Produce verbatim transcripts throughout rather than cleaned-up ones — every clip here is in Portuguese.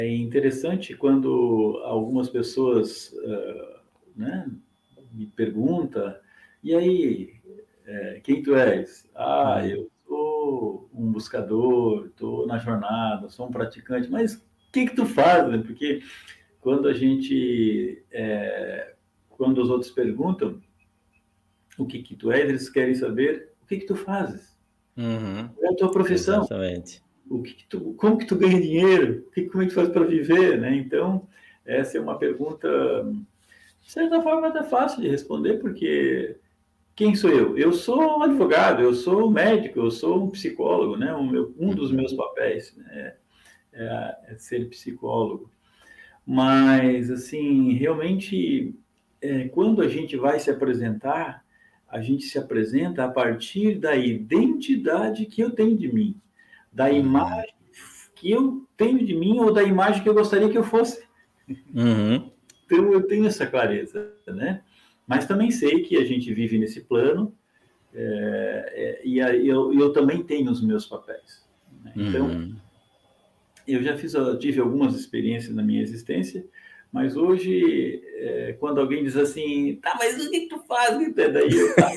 É interessante quando algumas pessoas, uh, né, me perguntam, e aí, é, quem tu és? Ah, Uhum. eu sou um buscador, estou na jornada, sou um praticante, mas o que que tu faz? Né? Porque quando a gente, é, quando os outros perguntam o que que tu és, eles querem saber o que que tu fazes, Uhum. qual é a tua profissão, Exatamente. o que que tu, como que tu ganha dinheiro, o que, como é que tu faz para viver, né? Então, essa é uma pergunta, de certa forma, até fácil de responder, porque quem sou eu? Eu sou um advogado, eu sou um médico, eu sou um psicólogo, né? Um, meu, um dos Uhum. meus papéis, né? é, é ser psicólogo. Mas, assim, realmente, é, quando a gente vai se apresentar, a gente se apresenta a partir da identidade que eu tenho de mim, da Uhum. imagem que eu tenho de mim ou da imagem que eu gostaria que eu fosse. Uhum. Então, eu tenho essa clareza, né? Mas também sei que a gente vive nesse plano, é, é, e aí eu, eu também tenho os meus papéis. Né? Então, Uhum. eu já fiz, eu tive algumas experiências na minha existência, mas hoje, é, quando alguém diz assim, tá, mas o que tu faz? Daí eu, tá.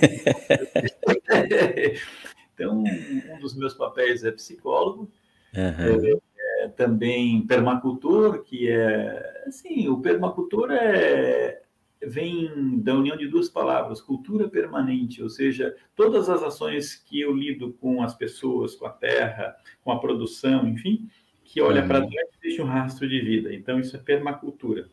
Então, um dos meus papéis é psicólogo, Uhum. é também permacultor, que é, assim, o permacultor é, vem da união de duas palavras, cultura permanente, ou seja, todas as ações que eu lido com as pessoas, com a terra, com a produção, enfim, que olha para Uhum. trás e deixa um rastro de vida. Então, isso é permacultura.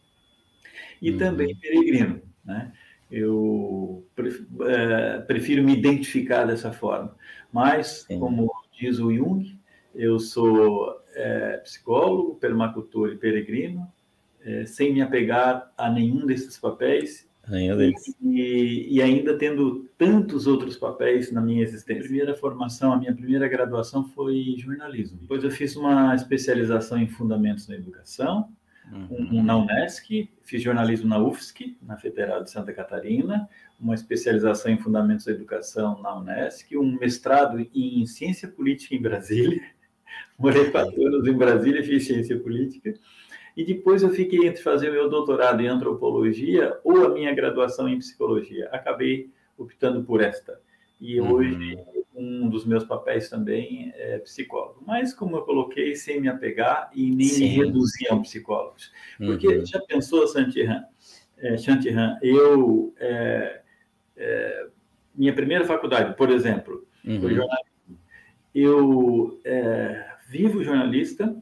E também Uhum. peregrino, né? Eu prefiro me identificar dessa forma. Mas, Sim. como diz o Jung, eu sou é, psicólogo, permacultor e peregrino, é, sem me apegar a nenhum desses papéis Nenhum e, deles. e, e ainda tendo tantos outros papéis na minha existência. A primeira formação, a minha primeira graduação foi jornalismo. Depois eu fiz uma especialização em fundamentos da educação, um, Uhum. na Unesc, fiz jornalismo na U F S C, na Federal de Santa Catarina, uma especialização em fundamentos da educação na Unesc, um mestrado em ciência política em Brasília, morei quatro anos em Brasília e fiz ciência política, e depois eu fiquei entre fazer o meu doutorado em antropologia ou a minha graduação em psicologia. Acabei optando por esta. E hoje Uhum. um dos meus papéis também é psicólogo. Mas, como eu coloquei, sem me apegar e nem me Sim. reduzir a um psicólogo. Porque Uhum. já pensou, Santiran, é, Chantiran, eu, é, é, minha primeira faculdade, por exemplo, foi Uhum. jornalismo. Eu é, vivo jornalista,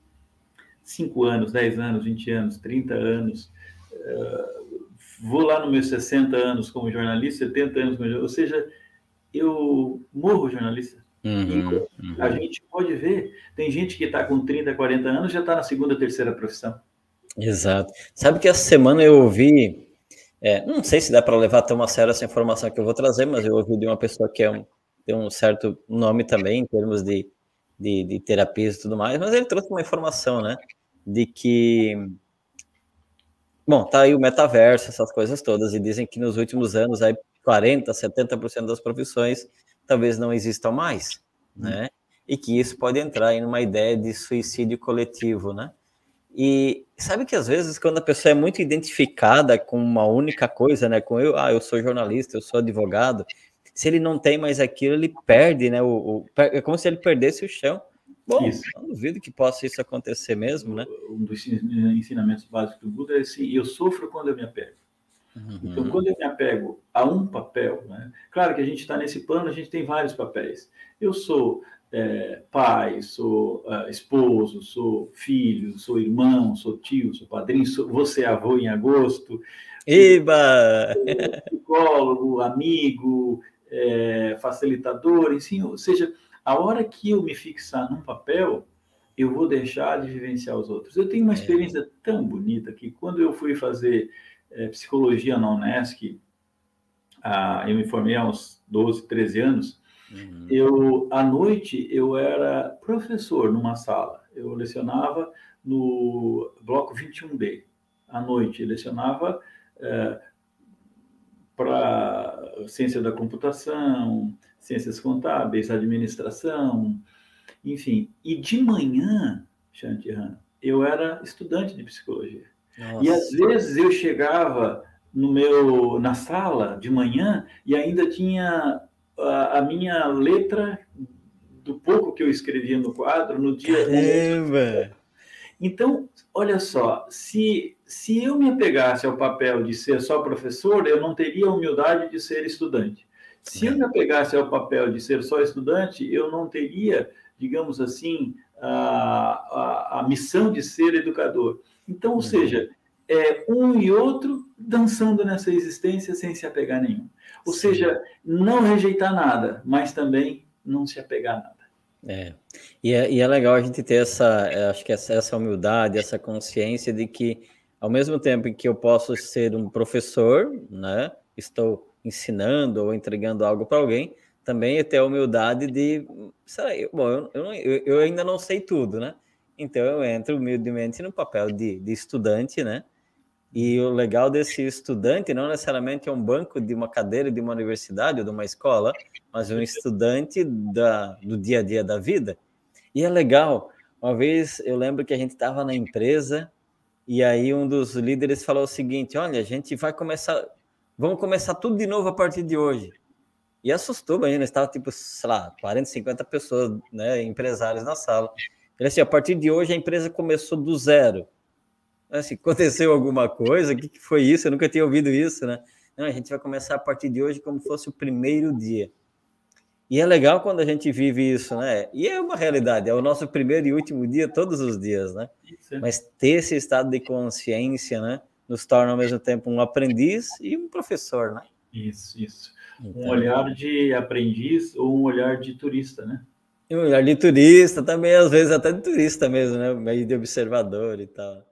cinco anos, dez anos, vinte anos, trinta anos, uh, vou lá nos meus sessenta anos como jornalista, setenta anos como jornalista, ou seja, eu morro jornalista. E Uhum. a Uhum. gente pode ver, tem gente que está com trinta, quarenta anos já está na segunda, terceira profissão. Exato. Sabe que essa semana eu ouvi, é, não sei se dá para levar tão a sério essa informação que eu vou trazer, mas eu ouvi de uma pessoa que é um, tem um certo nome também em termos de, de, de terapias e tudo mais, mas ele trouxe uma informação, né, de que, bom, tá aí o metaverso, essas coisas todas, e dizem que nos últimos anos aí quarenta, setenta por cento das profissões talvez não existam mais, né, e que isso pode entrar aí numa ideia de suicídio coletivo, né. E sabe que às vezes quando a pessoa é muito identificada com uma única coisa, né, com eu, ah, eu sou jornalista, eu sou advogado, se ele não tem mais aquilo, ele perde, né, o, o é como se ele perdesse o chão. Bom, Isso. não duvido que possa isso acontecer mesmo, né? Um dos ensinamentos básicos do Buda é assim, eu sofro quando eu me apego. Então, Uhum. quando eu me apego a um papel, né? Claro que a gente está nesse plano, a gente tem vários papéis. Eu sou é, pai, sou uh, esposo, sou filho, sou irmão, sou tio, sou padrinho, sou, vou ser avô em agosto, Eba! psicólogo, amigo, é, facilitador, enfim, ou seja, a hora que eu me fixar num papel, eu vou deixar de vivenciar os outros. Eu tenho uma É. experiência tão bonita que quando eu fui fazer é, psicologia na Unesc, ah, eu me formei há uns doze, treze anos, Uhum. eu, à noite, eu era professor numa sala. Eu lecionava no bloco vinte e um B. À noite, eu lecionava é, para ciência da computação, ciências contábeis, administração, enfim. E de manhã, Shantiran, eu era estudante de psicologia. Nossa. E às vezes eu chegava no meu, na sala de manhã e ainda tinha a, a minha letra do pouco que eu escrevia no quadro no dia. Caramba! Então, olha só, se, se eu me apegasse ao papel de ser só professor, eu não teria a humildade de ser estudante. Se eu me apegasse ao papel de ser só estudante, eu não teria, digamos assim, a, a, a missão de ser educador. Então, ou uhum. seja, é um e outro dançando nessa existência sem se apegar a nenhum. Ou Sim. seja, não rejeitar nada, mas também não se apegar a nada. É. E, é, e é legal a gente ter essa, acho que essa, essa humildade, essa consciência de que, ao mesmo tempo em que eu posso ser um professor, né, estou ensinando ou entregando algo para alguém, também é ter a humildade de, sei lá, eu, bom, eu, eu, eu ainda não sei tudo, né? Então eu entro humildemente no papel de, de estudante, né? E o legal desse estudante não necessariamente é um banco de uma cadeira de uma universidade ou de uma escola, mas um estudante da, do dia a dia da vida. E é legal, uma vez eu lembro que a gente estava na empresa e aí um dos líderes falou o seguinte, olha, a gente vai começar, vamos começar tudo de novo a partir de hoje. E assustou, ainda estava tipo, sei lá, quarenta, cinquenta pessoas, né, empresários na sala. Ele assim, a partir de hoje a empresa começou do zero. Assim, aconteceu alguma coisa? O que foi isso? Eu nunca tinha ouvido isso, né? Não, a gente vai começar a partir de hoje como fosse o primeiro dia. E é legal quando a gente vive isso, né? E é uma realidade, é o nosso primeiro e último dia todos os dias, né? Isso. Mas ter esse estado de consciência, né? Nos torna ao mesmo tempo um aprendiz e um professor, né? Isso, isso. Então, um olhar de aprendiz ou um olhar de turista, né? Um olhar de turista também, às vezes até de turista mesmo, né? Meio de observador e tal.